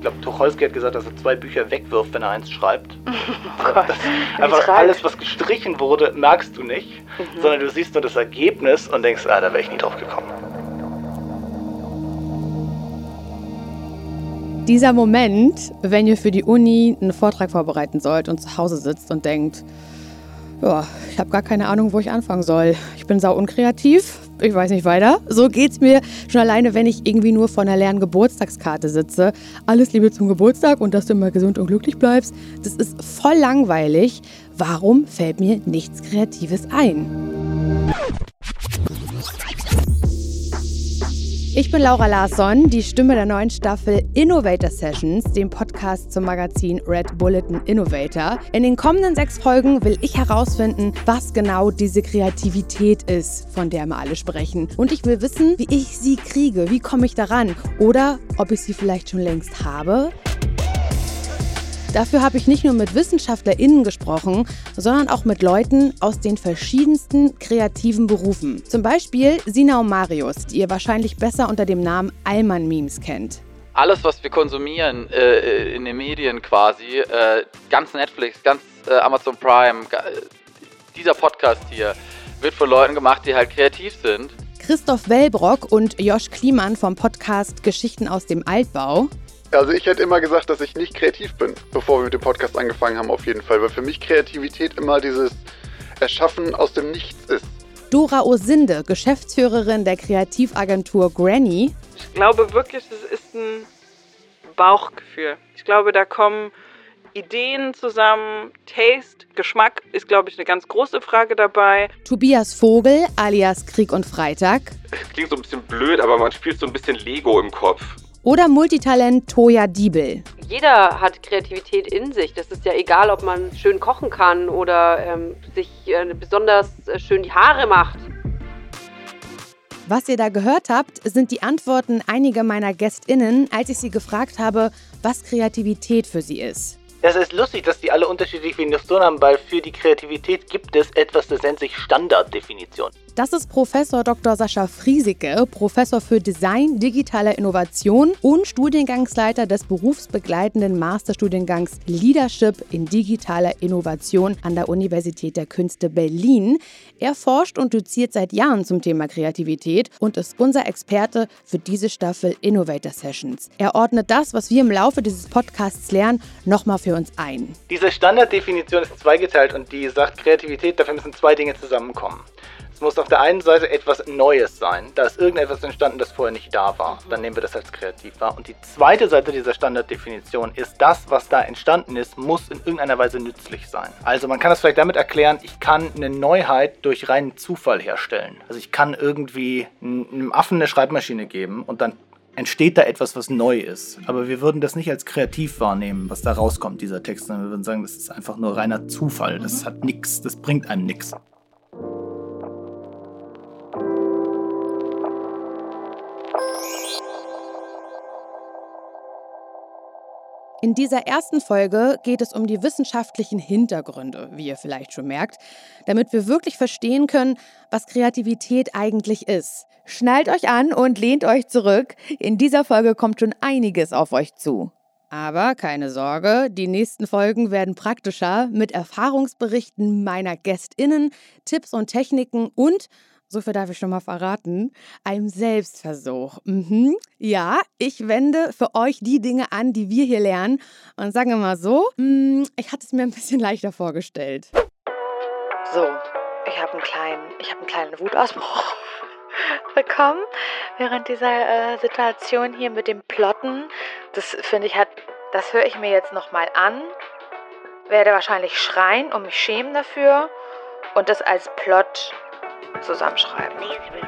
glaube, Tucholsky hat gesagt, dass er 2 Bücher wegwirft, wenn er eins schreibt. Einfach alles, was gestrichen wurde, merkst du nicht, sondern du siehst nur das Ergebnis und denkst, da wäre ich nie drauf gekommen. Dieser Moment, wenn ihr für die Uni einen Vortrag vorbereiten sollt und zu Hause sitzt und denkt, ja, ich habe gar keine Ahnung, wo ich anfangen soll. Ich bin sau unkreativ, ich weiß nicht weiter. So geht's mir schon alleine, wenn ich irgendwie nur vor einer leeren Geburtstagskarte sitze. Alles Liebe zum Geburtstag und dass du immer gesund und glücklich bleibst. Das ist voll langweilig. Warum fällt mir nichts Kreatives ein? Ich bin Laura Larsson, die Stimme der neuen Staffel Innovator Sessions, dem Podcast zum Magazin Red Bulletin Innovator. In den kommenden 6 Folgen will ich herausfinden, was genau diese Kreativität ist, von der wir alle sprechen. Und ich will wissen, wie ich sie kriege, wie komme ich daran oder ob ich sie vielleicht schon längst habe. Dafür habe ich nicht nur mit WissenschaftlerInnen gesprochen, sondern auch mit Leuten aus den verschiedensten kreativen Berufen. Zum Beispiel Sina und Marius, die ihr wahrscheinlich besser unter dem Namen Allmann-Memes kennt. Alles, was wir konsumieren in den Medien quasi, ganz Netflix, ganz Amazon Prime, dieser Podcast hier, wird von Leuten gemacht, die halt kreativ sind. Christoph Wellbrock und Josh Kliemann vom Podcast Geschichten aus dem Altbau. Also ich hätte immer gesagt, dass ich nicht kreativ bin, bevor wir mit dem Podcast angefangen haben, auf jeden Fall. Weil für mich Kreativität immer dieses Erschaffen aus dem Nichts ist. Dora Osinde, Geschäftsführerin der Kreativagentur Granny. Ich glaube wirklich, es ist ein Bauchgefühl. Ich glaube, da kommen Ideen zusammen, Taste, Geschmack ist, glaube ich, eine ganz große Frage dabei. Tobias Vogel, alias Krieg und Freitag. Klingt so ein bisschen blöd, aber man spielt so ein bisschen Lego im Kopf. Oder Multitalent Toja Diebel. Jeder hat Kreativität in sich. Das ist ja egal, ob man schön kochen kann oder sich besonders schön die Haare macht. Was ihr da gehört habt, sind die Antworten einiger meiner GästInnen, als ich sie gefragt habe, was Kreativität für sie ist. Das ist lustig, dass die alle unterschiedliche Definitionen haben, weil für die Kreativität gibt es etwas, das nennt sich Standarddefinition. Das ist Professor Dr. Sascha Friesike, Professor für Design, digitaler Innovation und Studiengangsleiter des berufsbegleitenden Masterstudiengangs Leadership in digitaler Innovation an der Universität der Künste Berlin. Er forscht und doziert seit Jahren zum Thema Kreativität und ist unser Experte für diese Staffel Innovator Sessions. Er ordnet das, was wir im Laufe dieses Podcasts lernen, nochmal für uns ein. Diese Standarddefinition ist zweigeteilt und die sagt Kreativität, dafür müssen 2 Dinge zusammenkommen. Es muss auf der einen Seite etwas Neues sein. Da ist irgendetwas entstanden, das vorher nicht da war. Dann nehmen wir das als kreativ wahr. Und die zweite Seite dieser Standarddefinition ist, das, was da entstanden ist, muss in irgendeiner Weise nützlich sein. Also man kann das vielleicht damit erklären, ich kann eine Neuheit durch reinen Zufall herstellen. Also ich kann irgendwie einem Affen eine Schreibmaschine geben und dann entsteht da etwas, was neu ist. Aber wir würden das nicht als kreativ wahrnehmen, was da rauskommt, dieser Text. Sondern wir würden sagen, das ist einfach nur reiner Zufall. Das hat nichts, das bringt einem nichts. In dieser ersten Folge geht es um die wissenschaftlichen Hintergründe, wie ihr vielleicht schon merkt, damit wir wirklich verstehen können, was Kreativität eigentlich ist. Schnallt euch an und lehnt euch zurück. In dieser Folge kommt schon einiges auf euch zu. Aber keine Sorge, die nächsten Folgen werden praktischer mit Erfahrungsberichten meiner GästInnen, Tipps und Techniken und, so viel darf ich schon mal verraten, einem Selbstversuch. Ja, ich wende für euch die Dinge an, die wir hier lernen. Und sagen wir mal so, ich hatte es mir ein bisschen leichter vorgestellt. So, ich habe einen kleinen Wutausbruch bekommen während dieser Situation hier mit dem Plotten. Das finde ich das höre ich mir jetzt nochmal an, werde wahrscheinlich schreien und mich schämen dafür und das als Plot zusammenschreiben.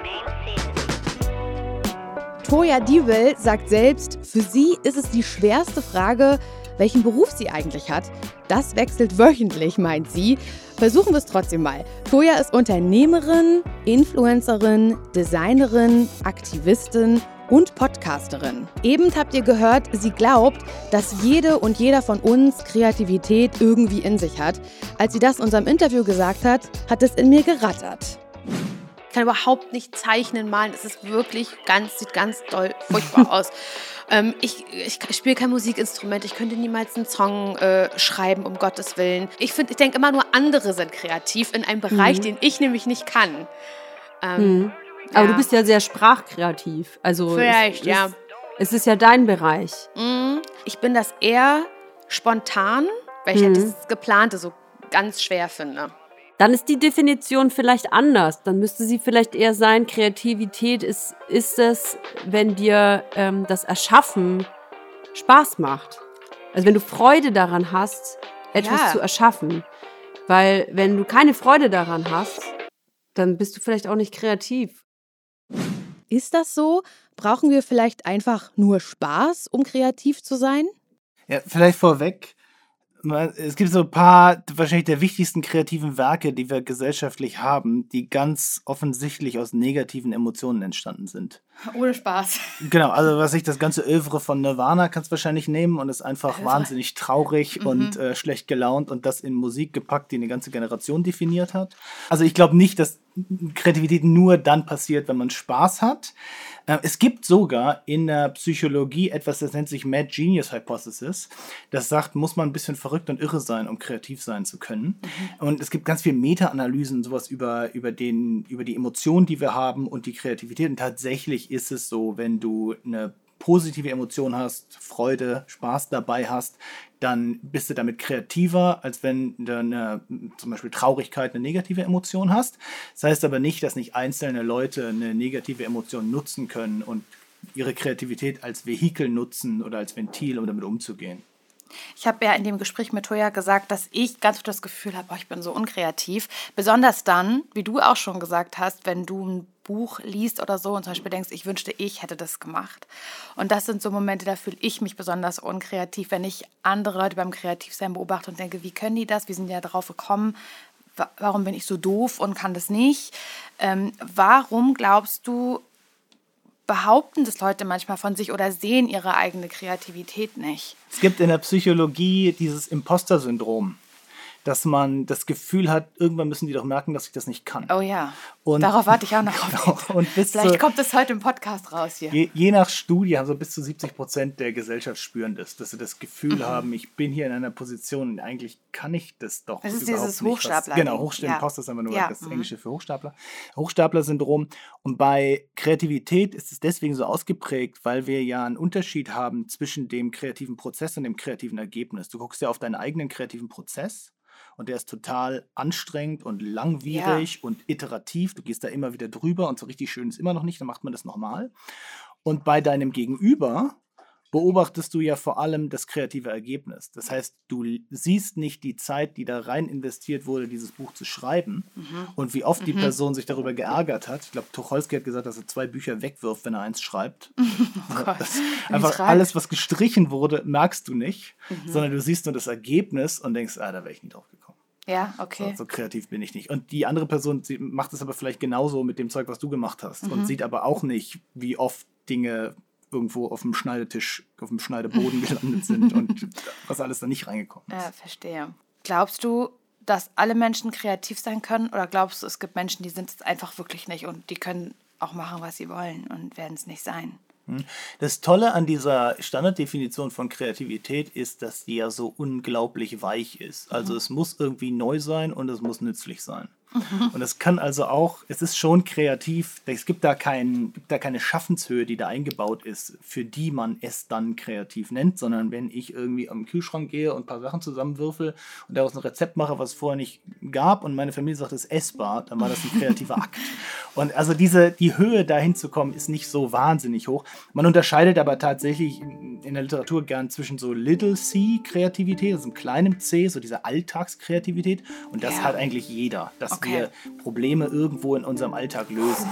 Toja Diebel sagt selbst, für sie ist es die schwerste Frage, welchen Beruf sie eigentlich hat. Das wechselt wöchentlich, meint sie. Versuchen wir es trotzdem mal. Toja ist Unternehmerin, Influencerin, Designerin, Aktivistin und Podcasterin. Eben habt ihr gehört, sie glaubt, dass jede und jeder von uns Kreativität irgendwie in sich hat. Als sie das in unserem Interview gesagt hat, hat es in mir gerattert. Ich kann überhaupt nicht zeichnen, malen. Es ist wirklich sieht ganz doll furchtbar aus. Ich spiele kein Musikinstrument. Ich könnte niemals einen Song schreiben, um Gottes Willen. Ich denke immer nur, andere sind kreativ in einem Bereich, den ich nämlich nicht kann. Aber du bist ja sehr sprachkreativ. Also vielleicht, ja. Es ist ja dein Bereich. Ich bin das eher spontan, weil ich halt das Geplante so ganz schwer finde. Dann ist die Definition vielleicht anders. Dann müsste sie vielleicht eher sein, Kreativität ist es, wenn dir das Erschaffen Spaß macht. Also wenn du Freude daran hast, etwas zu erschaffen. Weil wenn du keine Freude daran hast, dann bist du vielleicht auch nicht kreativ. Ist das so? Brauchen wir vielleicht einfach nur Spaß, um kreativ zu sein? Ja, vielleicht vorweg. Es gibt so ein paar, wahrscheinlich der wichtigsten kreativen Werke, die wir gesellschaftlich haben, die ganz offensichtlich aus negativen Emotionen entstanden sind. Ohne Spaß. Genau, also das ganze Övre von Nirvana kannst du wahrscheinlich nehmen und ist einfach wahnsinnig traurig und schlecht gelaunt und das in Musik gepackt, die eine ganze Generation definiert hat. Also ich glaube nicht, dass Kreativität nur dann passiert, wenn man Spaß hat. Es gibt sogar in der Psychologie etwas, das nennt sich Mad Genius Hypothesis. Das sagt, muss man ein bisschen verrückt und irre sein, um kreativ sein zu können. Und es gibt ganz viele Meta-Analysen, sowas über die Emotionen, die wir haben und die Kreativität. Und tatsächlich ist es so, wenn du eine positive Emotion hast, Freude, Spaß dabei hast, dann bist du damit kreativer, als wenn du zum Beispiel Traurigkeit eine negative Emotion hast. Das heißt aber nicht, dass nicht einzelne Leute eine negative Emotion nutzen können und ihre Kreativität als Vehikel nutzen oder als Ventil, um damit umzugehen. Ich habe ja in dem Gespräch mit Toja gesagt, dass ich ganz oft das Gefühl habe, ich bin so unkreativ. Besonders dann, wie du auch schon gesagt hast, wenn du ein Buch liest oder so und zum Beispiel denkst, ich wünschte, ich hätte das gemacht. Und das sind so Momente, da fühle ich mich besonders unkreativ, wenn ich andere Leute beim Kreativsein beobachte und denke, wie können die das? Wie sind die da drauf gekommen? Warum bin ich so doof und kann das nicht? Warum glaubst du, behaupten das Leute manchmal von sich oder sehen ihre eigene Kreativität nicht? Es gibt in der Psychologie dieses Imposter-Syndrom, dass man das Gefühl hat, irgendwann müssen die doch merken, dass ich das nicht kann. Oh ja, und darauf warte ich auch noch. Und vielleicht kommt es heute im Podcast raus hier. Je nach Studie haben so bis zu 70% der Gesellschaft spüren das, dass sie das Gefühl haben, ich bin hier in einer Position und eigentlich kann ich das doch das ist überhaupt dieses nicht. Hochstapler. Genau, Imposter ist einfach nur das Englische für Hochstapler. Hochstapler-Syndrom. Und bei Kreativität ist es deswegen so ausgeprägt, weil wir ja einen Unterschied haben zwischen dem kreativen Prozess und dem kreativen Ergebnis. Du guckst ja auf deinen eigenen kreativen Prozess. Und der ist total anstrengend und langwierig und iterativ. Du gehst da immer wieder drüber und so richtig schön ist immer noch nicht, dann macht man das nochmal. Und bei deinem Gegenüber beobachtest du ja vor allem das kreative Ergebnis. Das heißt, du siehst nicht die Zeit, die da rein investiert wurde, dieses Buch zu schreiben und wie oft die Person sich darüber geärgert hat. Ich glaube, Tucholsky hat gesagt, dass er 2 Bücher wegwirft, wenn er eins schreibt. Einfach alles, was gestrichen wurde, merkst du nicht, sondern du siehst nur das Ergebnis und denkst, da wäre ich nie drauf gekommen. Ja, okay. So kreativ bin ich nicht. Und die andere Person macht es aber vielleicht genauso mit dem Zeug, was du gemacht hast und sieht aber auch nicht, wie oft Dinge irgendwo auf dem Schneidetisch, auf dem Schneideboden gelandet sind und was alles da nicht reingekommen ist. Ja, verstehe. Glaubst du, dass alle Menschen kreativ sein können oder glaubst du, es gibt Menschen, die sind es einfach wirklich nicht und die können auch machen, was sie wollen und werden es nicht sein? Das Tolle an dieser Standarddefinition von Kreativität ist, dass die ja so unglaublich weich ist. Also es muss irgendwie neu sein und es muss nützlich sein. Und es kann also auch, es ist schon kreativ, es gibt da keine Schaffenshöhe, die da eingebaut ist, für die man es dann kreativ nennt, sondern wenn ich irgendwie am Kühlschrank gehe und ein paar Sachen zusammenwürfel und daraus ein Rezept mache, was es vorher nicht gab und meine Familie sagt, es ist essbar, dann war das ein kreativer Akt. Und also die Höhe dahin zu kommen, ist nicht so wahnsinnig hoch. Man unterscheidet aber tatsächlich in der Literatur gern zwischen so Little C Kreativität, also einem kleinen C, so diese Alltagskreativität und das hat eigentlich jeder, dass wir Probleme irgendwo in unserem Alltag lösen.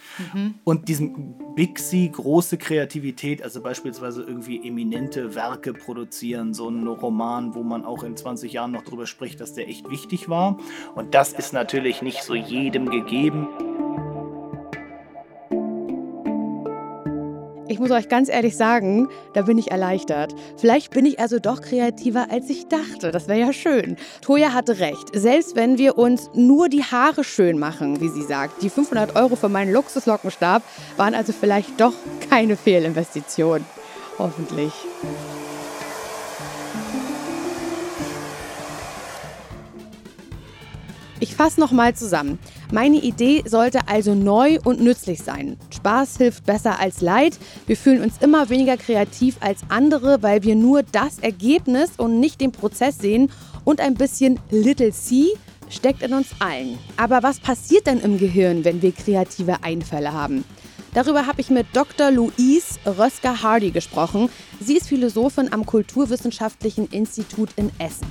Und diesen Big C, große Kreativität, also beispielsweise irgendwie eminente Werke produzieren, so einen Roman, wo man auch in 20 Jahren noch drüber spricht, dass der echt wichtig war. Und das ist natürlich nicht so jedem gegeben. Ich muss euch ganz ehrlich sagen, da bin ich erleichtert. Vielleicht bin ich also doch kreativer, als ich dachte. Das wäre ja schön. Toja hatte recht. Selbst wenn wir uns nur die Haare schön machen, wie sie sagt, die 500 € für meinen Luxuslockenstab waren also vielleicht doch keine Fehlinvestition. Hoffentlich. Ich fasse nochmal zusammen. Meine Idee sollte also neu und nützlich sein. Spaß hilft besser als Leid. Wir fühlen uns immer weniger kreativ als andere, weil wir nur das Ergebnis und nicht den Prozess sehen. Und ein bisschen Little C steckt in uns allen. Aber was passiert denn im Gehirn, wenn wir kreative Einfälle haben? Darüber habe ich mit Dr. Louise Rösker-Hardy gesprochen. Sie ist Philosophin am Kulturwissenschaftlichen Institut in Essen.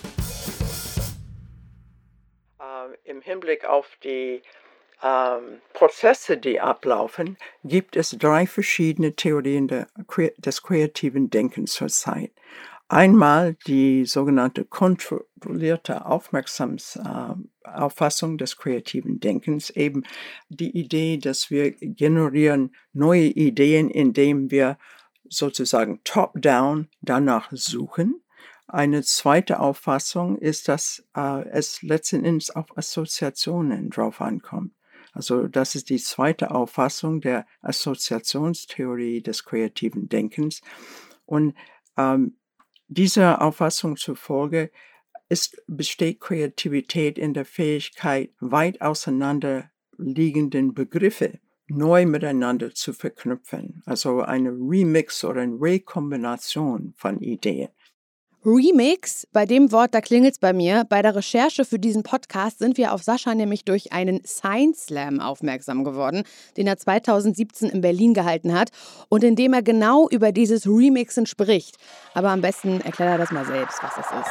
Im Hinblick auf die Prozesse, die ablaufen, gibt es 3 verschiedene Theorien des kreativen Denkens zurzeit. Einmal die sogenannte kontrollierte Auffassung des kreativen Denkens, eben die Idee, dass wir generieren neue Ideen, indem wir sozusagen top-down danach suchen. Eine zweite Auffassung ist, dass es letzten Endes auf Assoziationen drauf ankommt. Also das ist die zweite Auffassung der Assoziationstheorie des kreativen Denkens. Und dieser Auffassung zufolge besteht Kreativität in der Fähigkeit, weit auseinanderliegenden Begriffe neu miteinander zu verknüpfen. Also eine Remix oder eine Rekombination von Ideen. Remix, bei dem Wort, da klingelt's bei mir. Bei der Recherche für diesen Podcast sind wir auf Sascha nämlich durch einen Science Slam aufmerksam geworden, den er 2017 in Berlin gehalten hat und in dem er genau über dieses Remixen spricht. Aber am besten erklärt er das mal selbst, was das ist.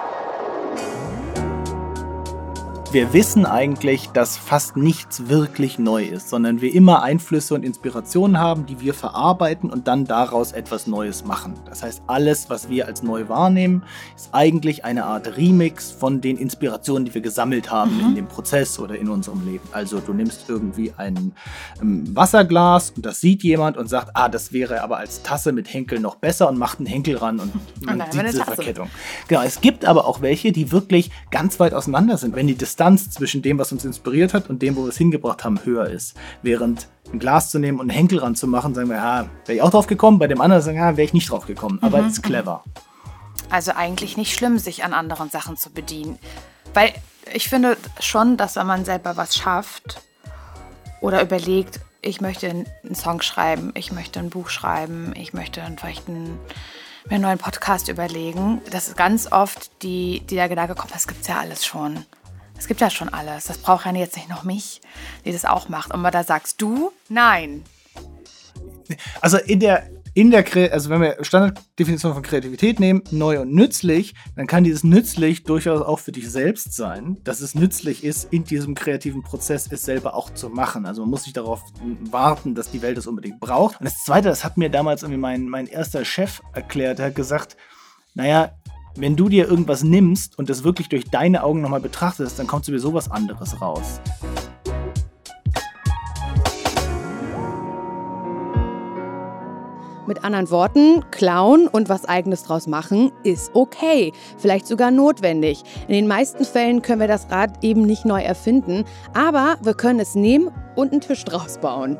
Wir wissen eigentlich, dass fast nichts wirklich neu ist, sondern wir immer Einflüsse und Inspirationen haben, die wir verarbeiten und dann daraus etwas Neues machen. Das heißt, alles, was wir als neu wahrnehmen, ist eigentlich eine Art Remix von den Inspirationen, die wir gesammelt haben in dem Prozess oder in unserem Leben. Also du nimmst irgendwie ein Wasserglas und das sieht jemand und sagt, das wäre aber als Tasse mit Henkel noch besser und macht einen Henkel ran und man sieht diese Verkettung. Genau, es gibt aber auch welche, die wirklich ganz weit auseinander sind, wenn die Distanz zwischen dem, was uns inspiriert hat und dem, wo wir es hingebracht haben, höher ist. Während ein Glas zu nehmen und einen Henkel ranzumachen, sagen wir, wäre ich auch drauf gekommen. Bei dem anderen sagen wir, wäre ich nicht drauf gekommen. Aber ist clever. Also eigentlich nicht schlimm, sich an anderen Sachen zu bedienen. Weil ich finde schon, dass wenn man selber was schafft oder überlegt, ich möchte einen Song schreiben, ich möchte ein Buch schreiben, ich möchte vielleicht mir einen neuen Podcast überlegen, dass ganz oft der Gedanke kommt, das gibt's ja alles schon. Es gibt ja schon alles. Das braucht ja jetzt nicht noch mich, die das auch macht. Und da sagst du, nein. Also wenn wir Standarddefinition von Kreativität nehmen, neu und nützlich, dann kann dieses nützlich durchaus auch für dich selbst sein, dass es nützlich ist, in diesem kreativen Prozess es selber auch zu machen. Also man muss nicht darauf warten, dass die Welt es unbedingt braucht. Und das Zweite, das hat mir damals irgendwie mein erster Chef erklärt, der hat gesagt, wenn du dir irgendwas nimmst und das wirklich durch deine Augen nochmal betrachtest, dann kommt sowieso was anderes raus. Mit anderen Worten, klauen und was Eigenes draus machen ist okay, vielleicht sogar notwendig. In den meisten Fällen können wir das Rad eben nicht neu erfinden, aber wir können es nehmen und einen Tisch draus bauen.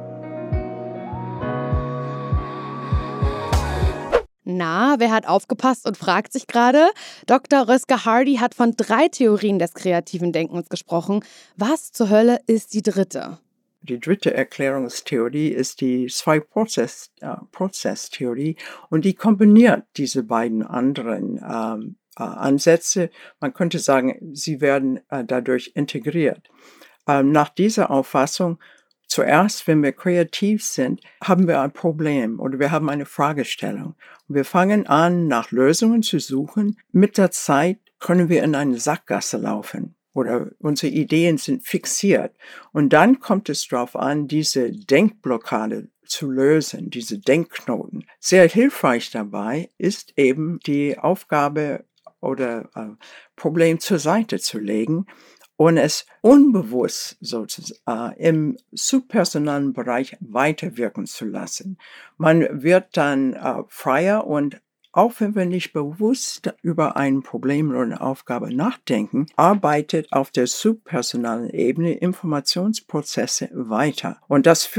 Na, wer hat aufgepasst und fragt sich gerade? Dr. Rösker-Hardy hat von 3 Theorien des kreativen Denkens gesprochen. Was zur Hölle ist die dritte? Die dritte Erklärungstheorie ist die Zwei-Prozess-Theorie und die kombiniert diese beiden anderen Ansätze. Man könnte sagen, sie werden dadurch integriert. Nach dieser Auffassung, zuerst, wenn wir kreativ sind, haben wir ein Problem oder wir haben eine Fragestellung. Wir fangen an, nach Lösungen zu suchen. Mit der Zeit können wir in eine Sackgasse laufen oder unsere Ideen sind fixiert. Und dann kommt es darauf an, diese Denkblockade zu lösen, diese Denkknoten. Sehr hilfreich dabei ist eben die Aufgabe oder Problem zur Seite zu legen und es unbewusst sozusagen im subpersonalen Bereich weiterwirken zu lassen. Man wird dann freier und auch wenn wir nicht bewusst über ein Problem oder eine Aufgabe nachdenken, arbeitet auf der subpersonalen Ebene Informationsprozesse weiter. Und das führt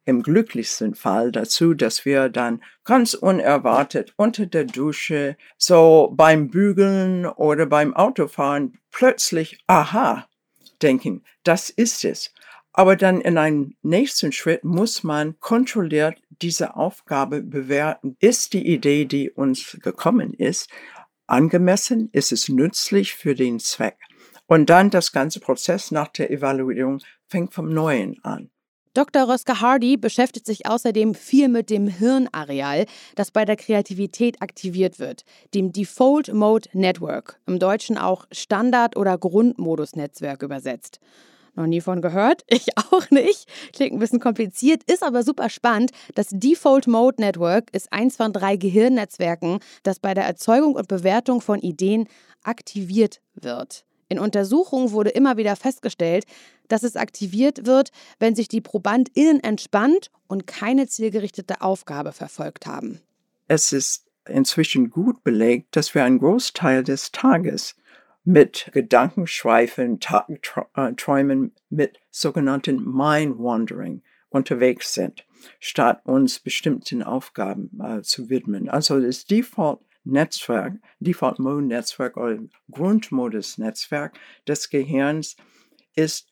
im glücklichsten Fall dazu, dass wir dann ganz unerwartet unter der Dusche, so beim Bügeln oder beim Autofahren plötzlich, aha, denken, das ist es. Aber dann in einem nächsten Schritt muss man kontrolliert diese Aufgabe bewerten. Ist die Idee, die uns gekommen ist, angemessen? Ist es nützlich für den Zweck? Und dann das ganze Prozess nach der Evaluierung fängt vom Neuen an. Dr. Röska Hardy beschäftigt sich außerdem viel mit dem Hirnareal, das bei der Kreativität aktiviert wird, dem Default Mode Network, im Deutschen auch Standard- oder Grundmodus-Netzwerk übersetzt. Noch nie von gehört? Ich auch nicht. Klingt ein bisschen kompliziert, ist aber super spannend. Das Default Mode Network ist eins von 3 Gehirnnetzwerken, das bei der Erzeugung und Bewertung von Ideen aktiviert wird. In Untersuchungen wurde immer wieder festgestellt, dass es aktiviert wird, wenn sich die ProbandInnen entspannt und keine zielgerichtete Aufgabe verfolgt haben. Es ist inzwischen gut belegt, dass wir einen Großteil des Tages mit Gedankenschweifeln, Träumen, mit sogenannten Mind-Wandering unterwegs sind, statt uns bestimmten Aufgaben zu widmen. Also das Default-Netzwerk, Default-Mode-Netzwerk oder Grundmodus-Netzwerk des Gehirns ist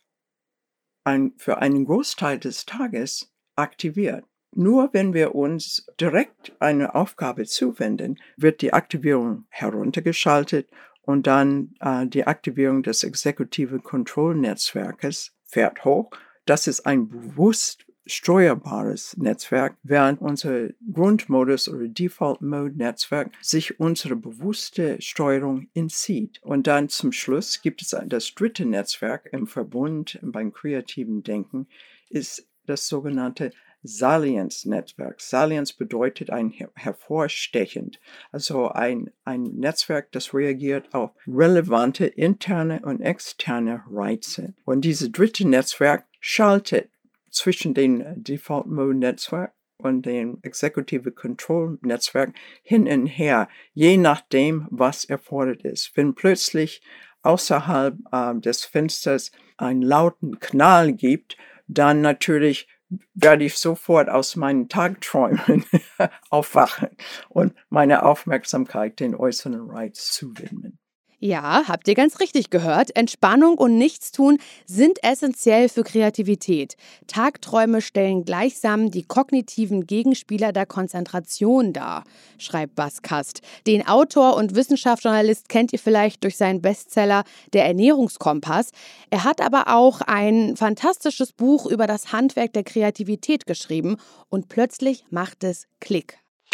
für einen Großteil des Tages aktiviert. Nur wenn wir uns direkt eine Aufgabe zuwenden, wird die Aktivierung heruntergeschaltet und dann die Aktivierung des Executive Control Netzwerkes fährt hoch. Das ist ein bewusst steuerbares Netzwerk, während unser Grundmodus oder Default Mode Netzwerk sich unsere bewusste Steuerung entzieht. Und dann zum Schluss gibt es das dritte Netzwerk im Verbund beim kreativen Denken, ist das sogenannte Salience-Netzwerk. Salience bedeutet ein hervorstechend, also ein Netzwerk, das reagiert auf relevante interne und externe Reize. Und dieses dritte Netzwerk schaltet zwischen dem Default Mode Netzwerk und dem Executive Control Netzwerk hin und her, je nachdem, was erfordert ist. Wenn plötzlich außerhalb des Fensters einen lauten Knall gibt, dann natürlich werde ich sofort aus meinen Tagträumen aufwachen und meine Aufmerksamkeit den äußeren Reiz zuwidmen. Ja, habt ihr ganz richtig gehört. Entspannung und Nichtstun sind essentiell für Kreativität. Tagträume stellen gleichsam die kognitiven Gegenspieler der Konzentration dar, schreibt Bas Kast. Den Autor und Wissenschaftsjournalist kennt ihr vielleicht durch seinen Bestseller Der Ernährungskompass. Er hat aber auch ein fantastisches Buch über das Handwerk der Kreativität geschrieben und plötzlich macht es Klick.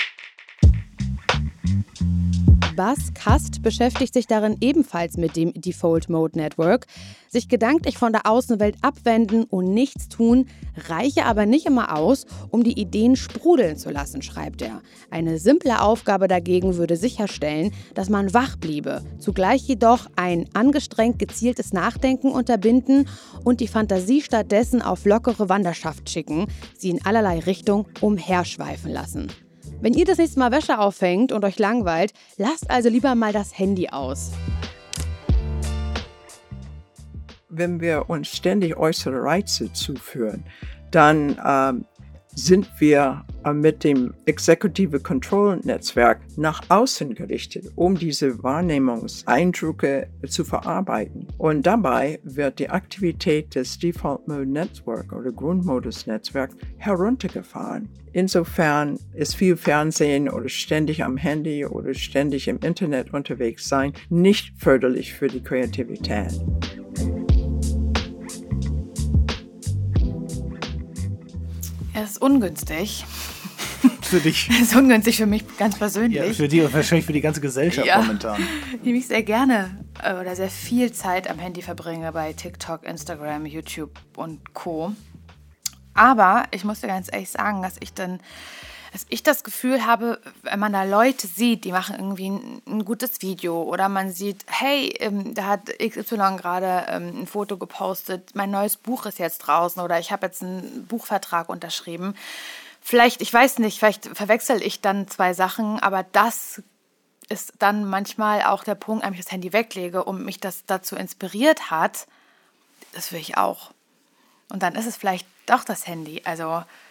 Bas Kast beschäftigt sich darin ebenfalls mit dem Default Mode Network. Sich gedanklich von der Außenwelt abwenden und nichts tun, reiche aber nicht immer aus, um die Ideen sprudeln zu lassen, schreibt er. Eine simple Aufgabe dagegen würde sicherstellen, dass man wach bliebe, zugleich jedoch ein angestrengt gezieltes Nachdenken unterbinden und die Fantasie stattdessen auf lockere Wanderschaft schicken, sie in allerlei Richtung umherschweifen lassen. Wenn ihr das nächste Mal Wäsche aufhängt und euch langweilt, lasst also lieber mal das Handy aus. Wenn wir uns ständig äußere Reize zuführen, dann sind wir mit dem Executive Control Netzwerk nach außen gerichtet, um diese Wahrnehmungseindrücke zu verarbeiten. Und dabei wird die Aktivität des Default Mode Network oder Grundmodus Netzwerk heruntergefahren. Insofern ist viel Fernsehen oder ständig am Handy oder ständig im Internet unterwegs sein nicht förderlich für die Kreativität. Es ist ungünstig. Für dich? Es ist ungünstig für mich ganz persönlich. Ja, für dich und wahrscheinlich für die ganze Gesellschaft momentan. Weil ich sehr gerne oder sehr viel Zeit am Handy verbringe bei TikTok, Instagram, YouTube und Co. Aber ich muss dir ganz ehrlich sagen, dass ich das Gefühl habe, wenn man da Leute sieht, die machen irgendwie ein gutes Video oder man sieht, hey, da hat XY gerade ein Foto gepostet, mein neues Buch ist jetzt draußen oder ich habe jetzt einen Buchvertrag unterschrieben. Vielleicht, ich weiß nicht, vielleicht verwechsel ich dann 2 Sachen, aber das ist dann manchmal auch der Punkt, an dem ich das Handy weglege und mich das dazu inspiriert hat. Das will ich auch. Und dann ist es vielleicht doch das Handy. Also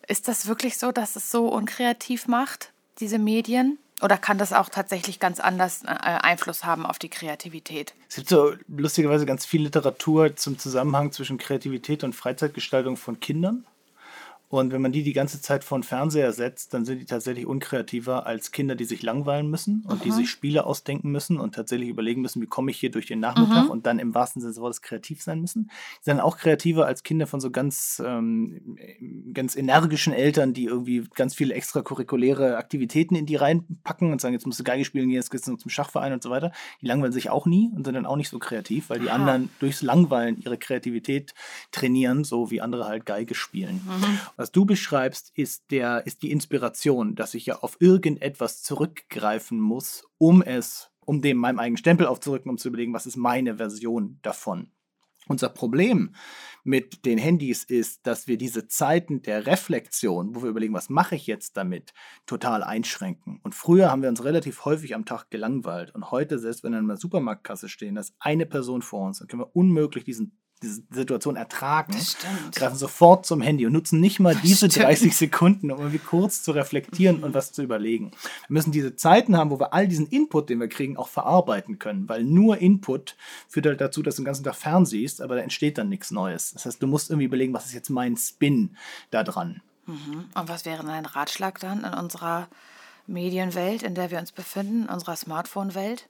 Ist das wirklich so, dass es so unkreativ macht, diese Medien? Oder kann das auch tatsächlich ganz anders Einfluss haben auf die Kreativität? Es gibt so lustigerweise ganz viel Literatur zum Zusammenhang zwischen Kreativität und Freizeitgestaltung von Kindern. Und wenn man die ganze Zeit vor den Fernseher setzt, dann sind die tatsächlich unkreativer als Kinder, die sich langweilen müssen und die sich Spiele ausdenken müssen und tatsächlich überlegen müssen, wie komme ich hier durch den Nachmittag und dann im wahrsten Sinne des Wortes kreativ sein müssen. Die sind auch kreativer als Kinder von so ganz energischen Eltern, die irgendwie ganz viele extracurriculäre Aktivitäten in die reinpacken und sagen, jetzt musst du Geige spielen gehen, jetzt gehst du zum Schachverein und so weiter. Die langweilen sich auch nie und sind dann auch nicht so kreativ, weil die anderen durchs Langweilen ihre Kreativität trainieren, so wie andere halt Geige spielen. Was du beschreibst, ist die Inspiration, dass ich ja auf irgendetwas zurückgreifen muss, um dem meinem eigenen Stempel aufzurücken, um zu überlegen, was ist meine Version davon. Unser Problem mit den Handys ist, dass wir diese Zeiten der Reflexion, wo wir überlegen, was mache ich jetzt damit, total einschränken. Und früher haben wir uns relativ häufig am Tag gelangweilt. Und heute, selbst wenn wir in einer Supermarktkasse stehen, da ist eine Person vor uns, dann können wir unmöglich diese Situation ertragen, greifen sofort zum Handy und nutzen nicht mal diese 30 Sekunden, um irgendwie kurz zu reflektieren und was zu überlegen. Wir müssen diese Zeiten haben, wo wir all diesen Input, den wir kriegen, auch verarbeiten können, weil nur Input führt halt dazu, dass du den ganzen Tag fernsiehst, aber da entsteht dann nichts Neues. Das heißt, du musst irgendwie überlegen, was ist jetzt mein Spin da dran. Und was wäre dein Ratschlag dann in unserer Medienwelt, in der wir uns befinden, in unserer Smartphone-Welt?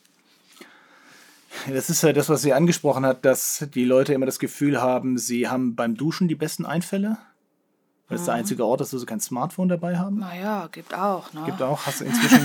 Das ist ja das, was sie angesprochen hat, dass die Leute immer das Gefühl haben, sie haben beim Duschen die besten Einfälle. Weil es der einzige Ort ist, wo sie kein Smartphone dabei haben. Naja, gibt auch, ne? Gibt auch, hast du inzwischen...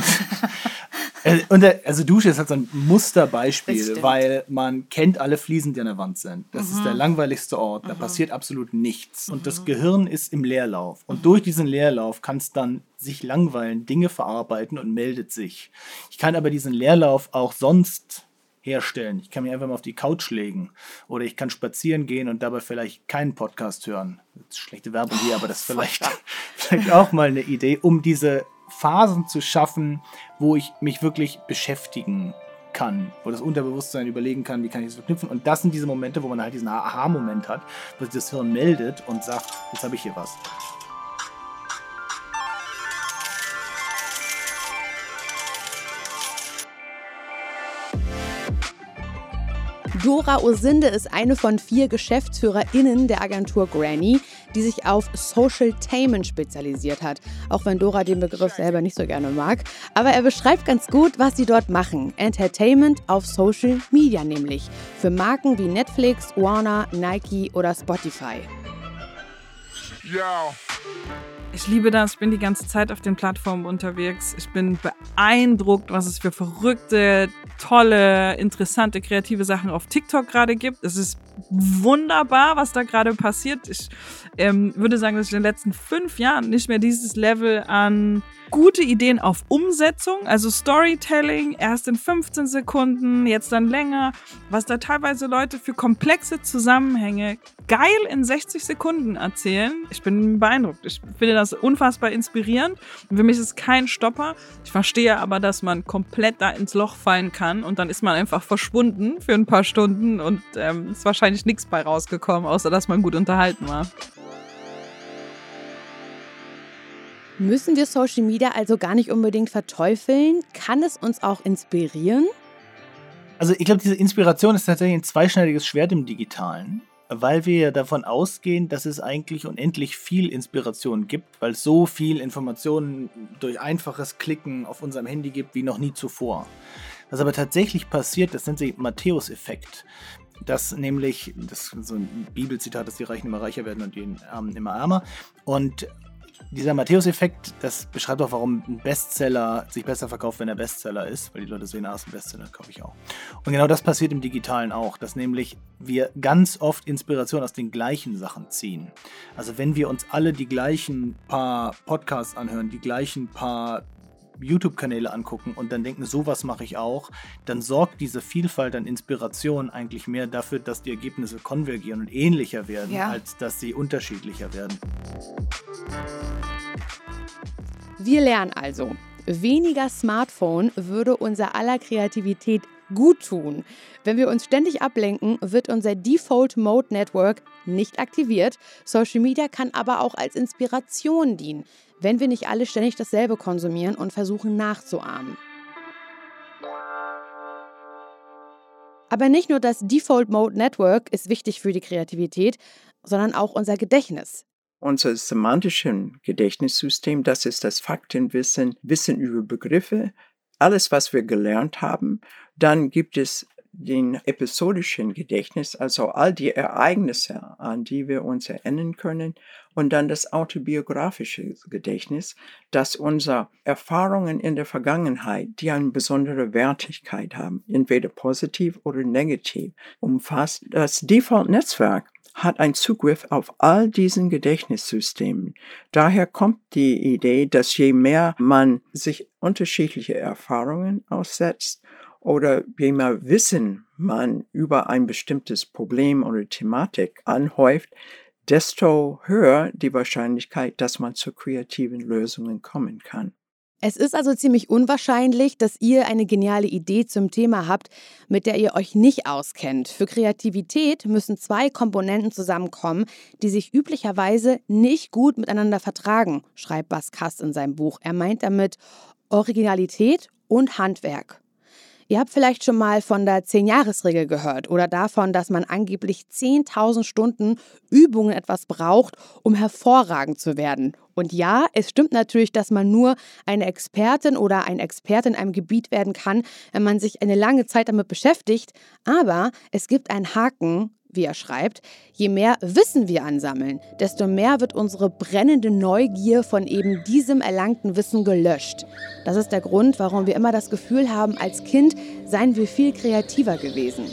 Also Dusche ist halt so ein Musterbeispiel, weil man kennt alle Fliesen, die an der Wand sind. Das ist der langweiligste Ort, da passiert absolut nichts. Und das Gehirn ist im Leerlauf. Und durch diesen Leerlauf kann es dann sich langweilen, Dinge verarbeiten und meldet sich. Ich kann aber diesen Leerlauf auch sonst herstellen. Ich kann mich einfach mal auf die Couch legen oder ich kann spazieren gehen und dabei vielleicht keinen Podcast hören. Das ist schlechte Werbung hier, aber das ist vielleicht auch mal eine Idee, um diese Phasen zu schaffen, wo ich mich wirklich beschäftigen kann, wo das Unterbewusstsein überlegen kann, wie kann ich das verknüpfen. Und das sind diese Momente, wo man halt diesen Aha-Moment hat, wo sich das Hirn meldet und sagt, jetzt habe ich hier was. Dora Osinde ist eine von 4 GeschäftsführerInnen der Agentur Granny, die sich auf Socialtainment spezialisiert hat. Auch wenn Dora den Begriff selber nicht so gerne mag. Aber er beschreibt ganz gut, was sie dort machen. Entertainment auf Social Media nämlich. Für Marken wie Netflix, Warner, Nike oder Spotify. Ja. Ich liebe das, ich bin die ganze Zeit auf den Plattformen unterwegs. Ich bin beeindruckt, was es für verrückte, tolle, interessante, kreative Sachen auf TikTok gerade gibt. Es ist wunderbar, was da gerade passiert. Ich würde sagen, dass ich in den letzten 5 Jahren nicht mehr dieses Level an gute Ideen auf Umsetzung, also Storytelling, erst in 15 Sekunden, jetzt dann länger, was da teilweise Leute für komplexe Zusammenhänge geil in 60 Sekunden erzählen. Ich bin beeindruckt. Ich finde das unfassbar inspirierend. Und für mich ist es kein Stopper. Ich verstehe aber, dass man komplett da ins Loch fallen kann und dann ist man einfach verschwunden für ein paar Stunden und ist wahrscheinlich nichts bei rausgekommen, außer dass man gut unterhalten war. Müssen wir Social Media also gar nicht unbedingt verteufeln? Kann es uns auch inspirieren? Also ich glaube, diese Inspiration ist tatsächlich ein zweischneidiges Schwert im Digitalen, weil wir ja davon ausgehen, dass es eigentlich unendlich viel Inspiration gibt, weil es so viel Informationen durch einfaches Klicken auf unserem Handy gibt wie noch nie zuvor. Was aber tatsächlich passiert, das nennt sich Matthäus-Effekt. Das nämlich, das ist so ein Bibelzitat, dass die Reichen immer reicher werden und die Armen immer ärmer. Und dieser Matthäus-Effekt, das beschreibt auch, warum ein Bestseller sich besser verkauft, wenn er Bestseller ist, weil die Leute sehen, ist ein Bestseller, kaufe ich auch. Und genau das passiert im Digitalen auch, dass nämlich wir ganz oft Inspiration aus den gleichen Sachen ziehen. Also wenn wir uns alle die gleichen paar Podcasts anhören, die gleichen paar YouTube-Kanäle angucken und dann denken, sowas mache ich auch, dann sorgt diese Vielfalt an Inspiration eigentlich mehr dafür, dass die Ergebnisse konvergieren und ähnlicher werden, als dass sie unterschiedlicher werden. Wir lernen also, weniger Smartphone würde unser aller Kreativität gut tun. Wenn wir uns ständig ablenken, wird unser Default Mode Network nicht aktiviert. Social Media kann aber auch als Inspiration dienen, wenn wir nicht alle ständig dasselbe konsumieren und versuchen nachzuahmen. Aber nicht nur das Default Mode Network ist wichtig für die Kreativität, sondern auch unser Gedächtnis. Unser semantisches Gedächtnissystem, das ist das Faktenwissen, Wissen über Begriffe, alles, was wir gelernt haben. Dann gibt es den episodischen Gedächtnis, also all die Ereignisse, an die wir uns erinnern können. Und dann das autobiografische Gedächtnis, das unsere Erfahrungen in der Vergangenheit, die eine besondere Wertigkeit haben, entweder positiv oder negativ, umfasst. Das Default-Netzwerk hat einen Zugriff auf all diesen Gedächtnissystemen. Daher kommt die Idee, dass je mehr man sich unterschiedliche Erfahrungen aussetzt oder je mehr Wissen man über ein bestimmtes Problem oder Thematik anhäuft, desto höher die Wahrscheinlichkeit, dass man zu kreativen Lösungen kommen kann. Es ist also ziemlich unwahrscheinlich, dass ihr eine geniale Idee zum Thema habt, mit der ihr euch nicht auskennt. Für Kreativität müssen 2 Komponenten zusammenkommen, die sich üblicherweise nicht gut miteinander vertragen, schreibt Bas Kass in seinem Buch. Er meint damit Originalität und Handwerk. Ihr habt vielleicht schon mal von der 10-Jahres-Regel gehört oder davon, dass man angeblich 10.000 Stunden Übungen etwas braucht, um hervorragend zu werden. Und ja, es stimmt natürlich, dass man nur eine Expertin oder ein Experte in einem Gebiet werden kann, wenn man sich eine lange Zeit damit beschäftigt. Aber es gibt einen Haken, wie er schreibt: Je mehr Wissen wir ansammeln, desto mehr wird unsere brennende Neugier von eben diesem erlangten Wissen gelöscht. Das ist der Grund, warum wir immer das Gefühl haben, als Kind seien wir viel kreativer gewesen.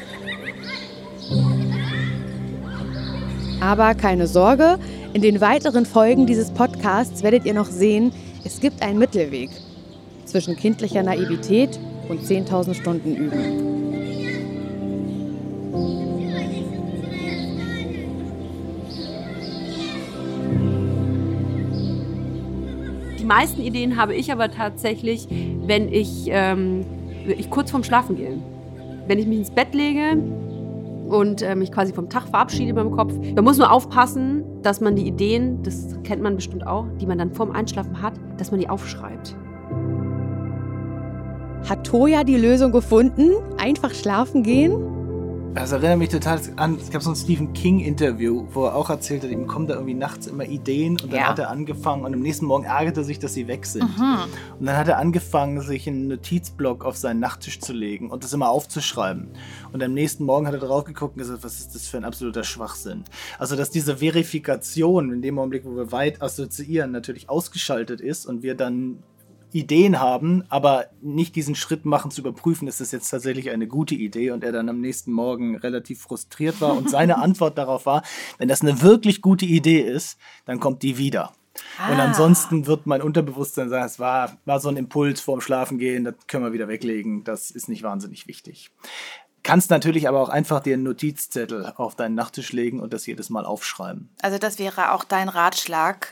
Aber keine Sorge, in den weiteren Folgen dieses Podcasts werdet ihr noch sehen, es gibt einen Mittelweg zwischen kindlicher Naivität und 10.000 Stunden Üben. Die meisten Ideen habe ich aber tatsächlich, wenn ich kurz vorm Schlafen gehe. Wenn ich mich ins Bett lege und mich quasi vom Tag verabschiede in meinem Kopf. Man muss nur aufpassen, dass man die Ideen, das kennt man bestimmt auch, die man dann vorm Einschlafen hat, dass man die aufschreibt. Hat Toja die Lösung gefunden? Einfach schlafen gehen? Das erinnert mich total an, es gab so ein Stephen King-Interview, wo er auch erzählt hat, ihm kommen da irgendwie nachts immer Ideen und dann hat er angefangen und am nächsten Morgen ärgert er sich, dass sie weg sind. Und dann hat er angefangen, sich einen Notizblock auf seinen Nachttisch zu legen und das immer aufzuschreiben. Und am nächsten Morgen hat er drauf geguckt und gesagt, was ist das für ein absoluter Schwachsinn. Also, dass diese Verifikation in dem Augenblick, wo wir weit assoziieren, natürlich ausgeschaltet ist und wir dann Ideen haben, aber nicht diesen Schritt machen zu überprüfen, ist das jetzt tatsächlich eine gute Idee, und er dann am nächsten Morgen relativ frustriert war und seine Antwort darauf war, wenn das eine wirklich gute Idee ist, dann kommt die wieder. Und ansonsten wird mein Unterbewusstsein sagen, es war so ein Impuls vorm Schlafengehen, das können wir wieder weglegen, das ist nicht wahnsinnig wichtig. Kannst natürlich aber auch einfach dir einen Notizzettel auf deinen Nachttisch legen und das jedes Mal aufschreiben. Also das wäre auch dein Ratschlag,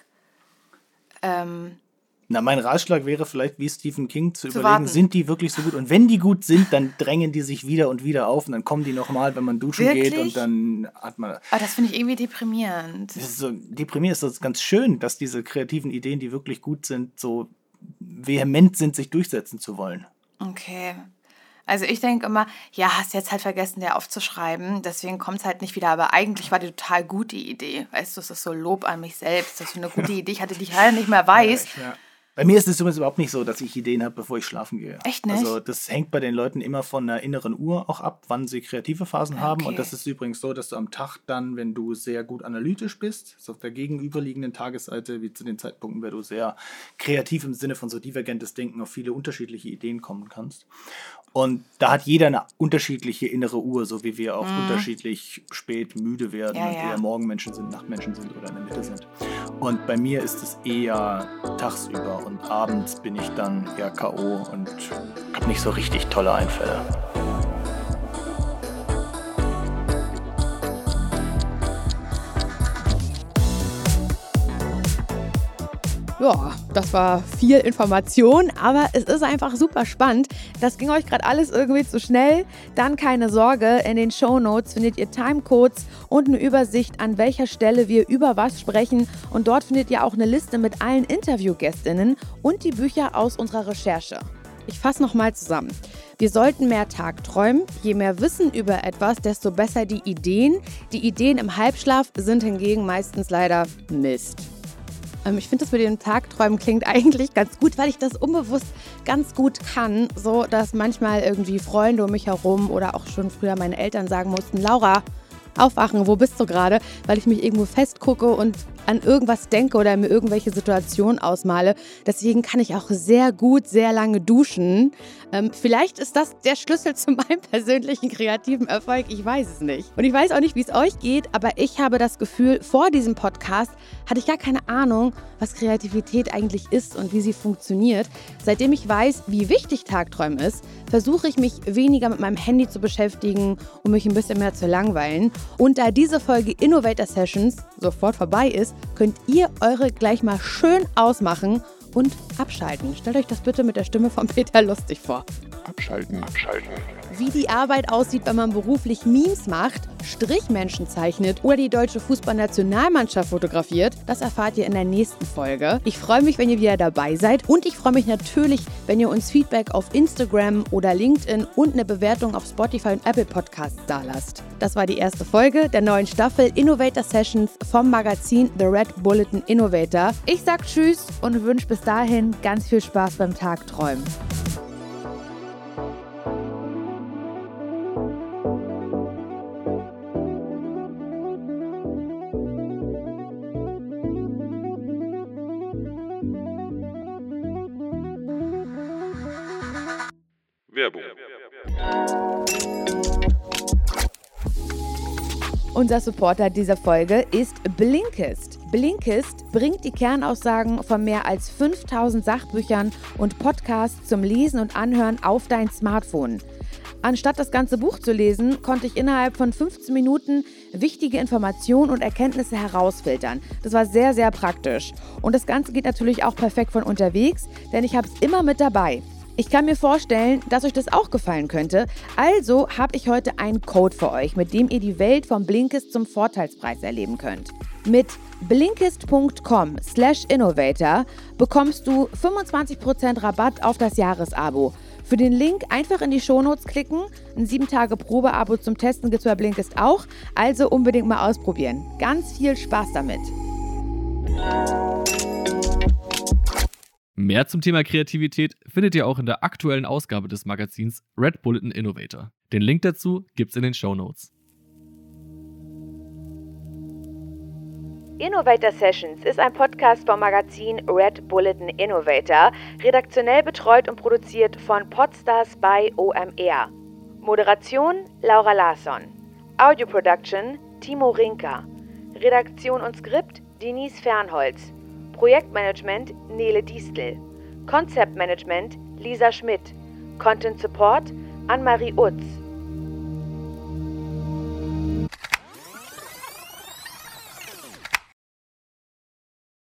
mein Ratschlag wäre vielleicht, wie Stephen King, zu überlegen, warten. Sind die wirklich so gut? Und wenn die gut sind, dann drängen die sich wieder und wieder auf und dann kommen die nochmal, wenn man duschen geht und dann hat man... Aber das finde ich irgendwie deprimierend. Deprimierend ist das ganz schön, dass diese kreativen Ideen, die wirklich gut sind, so vehement sind, sich durchsetzen zu wollen. Okay. Also ich denke immer, ja, hast jetzt halt vergessen, der aufzuschreiben, deswegen kommt es halt nicht wieder. Aber eigentlich war die total gute Idee. Weißt du, es ist so Lob an mich selbst, dass ich eine gute Idee hatte, die ich halt nicht mehr weiß. Ja. Bei mir ist es übrigens überhaupt nicht so, dass ich Ideen habe, bevor ich schlafen gehe. Echt nicht? Also das hängt bei den Leuten immer von einer inneren Uhr auch ab, wann sie kreative Phasen haben. Und das ist übrigens so, dass du am Tag dann, wenn du sehr gut analytisch bist, ist auf der gegenüberliegenden Tagesseite, wie zu den Zeitpunkten, wo du sehr kreativ im Sinne von so divergentes Denken auf viele unterschiedliche Ideen kommen kannst. Und da hat jeder eine unterschiedliche innere Uhr, so wie wir auch unterschiedlich spät müde werden und eher Morgenmenschen sind, Nachtmenschen sind oder in der Mitte sind. Und bei mir ist es eher tagsüber und abends bin ich dann eher K.O. und habe nicht so richtig tolle Einfälle. Ja, das war viel Information, aber es ist einfach super spannend. Das ging euch gerade alles irgendwie zu schnell. Dann keine Sorge, in den Shownotes findet ihr Timecodes und eine Übersicht, an welcher Stelle wir über was sprechen. Und dort findet ihr auch eine Liste mit allen Interviewgästinnen und die Bücher aus unserer Recherche. Ich fasse nochmal zusammen. Wir sollten mehr tagträumen. Je mehr Wissen über etwas, desto besser die Ideen. Die Ideen im Halbschlaf sind hingegen meistens leider Mist. Ich finde, das mit den Tagträumen klingt eigentlich ganz gut, weil ich das unbewusst ganz gut kann. So, dass manchmal irgendwie Freunde um mich herum oder auch schon früher meine Eltern sagen mussten, Laura, aufwachen, wo bist du gerade? Weil ich mich irgendwo festgucke und an irgendwas denke oder mir irgendwelche Situationen ausmale. Deswegen kann ich auch sehr gut, sehr lange duschen. Vielleicht ist das der Schlüssel zu meinem persönlichen kreativen Erfolg. Ich weiß es nicht. Und ich weiß auch nicht, wie es euch geht, aber ich habe das Gefühl, vor diesem Podcast hatte ich gar keine Ahnung, was Kreativität eigentlich ist und wie sie funktioniert. Seitdem ich weiß, wie wichtig Tagträumen ist, versuche ich mich weniger mit meinem Handy zu beschäftigen und mich ein bisschen mehr zu langweilen. Und da diese Folge Innovator Sessions sofort vorbei ist, könnt ihr eure gleich mal schön ausmachen und abschalten. Stellt euch das bitte mit der Stimme von Peter Lustig vor. Abschalten. Wie die Arbeit aussieht, wenn man beruflich Memes macht, Strichmenschen zeichnet oder die deutsche Fußballnationalmannschaft fotografiert, das erfahrt ihr in der nächsten Folge. Ich freue mich, wenn ihr wieder dabei seid und ich freue mich natürlich, wenn ihr uns Feedback auf Instagram oder LinkedIn und eine Bewertung auf Spotify und Apple Podcasts dalasst. Das war die erste Folge der neuen Staffel Innovator Sessions vom Magazin The Red Bulletin Innovator. Ich sag Tschüss und wünsche bis dahin ganz viel Spaß beim Tagträumen. Werbung. Unser Supporter dieser Folge ist Blinkist. Blinkist bringt die Kernaussagen von mehr als 5000 Sachbüchern und Podcasts zum Lesen und Anhören auf dein Smartphone. Anstatt das ganze Buch zu lesen, konnte ich innerhalb von 15 Minuten wichtige Informationen und Erkenntnisse herausfiltern. Das war sehr, sehr praktisch. Und das Ganze geht natürlich auch perfekt von unterwegs, denn ich habe es immer mit dabei. Ich kann mir vorstellen, dass euch das auch gefallen könnte. Also habe ich heute einen Code für euch, mit dem ihr die Welt von Blinkist zum Vorteilspreis erleben könnt. Mit blinkist.com/innovator bekommst du 25% Rabatt auf das Jahresabo. Für den Link einfach in die Shownotes klicken. Ein 7-Tage-Probeabo zum Testen gibt es bei Blinkist auch. Also unbedingt mal ausprobieren. Ganz viel Spaß damit. Mehr zum Thema Kreativität findet ihr auch in der aktuellen Ausgabe des Magazins Red Bulletin Innovator. Den Link dazu gibt's in den Shownotes. Innovator Sessions ist ein Podcast vom Magazin Red Bulletin Innovator, redaktionell betreut und produziert von Podstars bei OMR. Moderation Laura Larsson. Audio Production Timo Rinker. Redaktion und Skript Denise Fernholz. Projektmanagement Nele Diestel. Konzeptmanagement Lisa Schmidt. Content Support Anne-Marie Utz.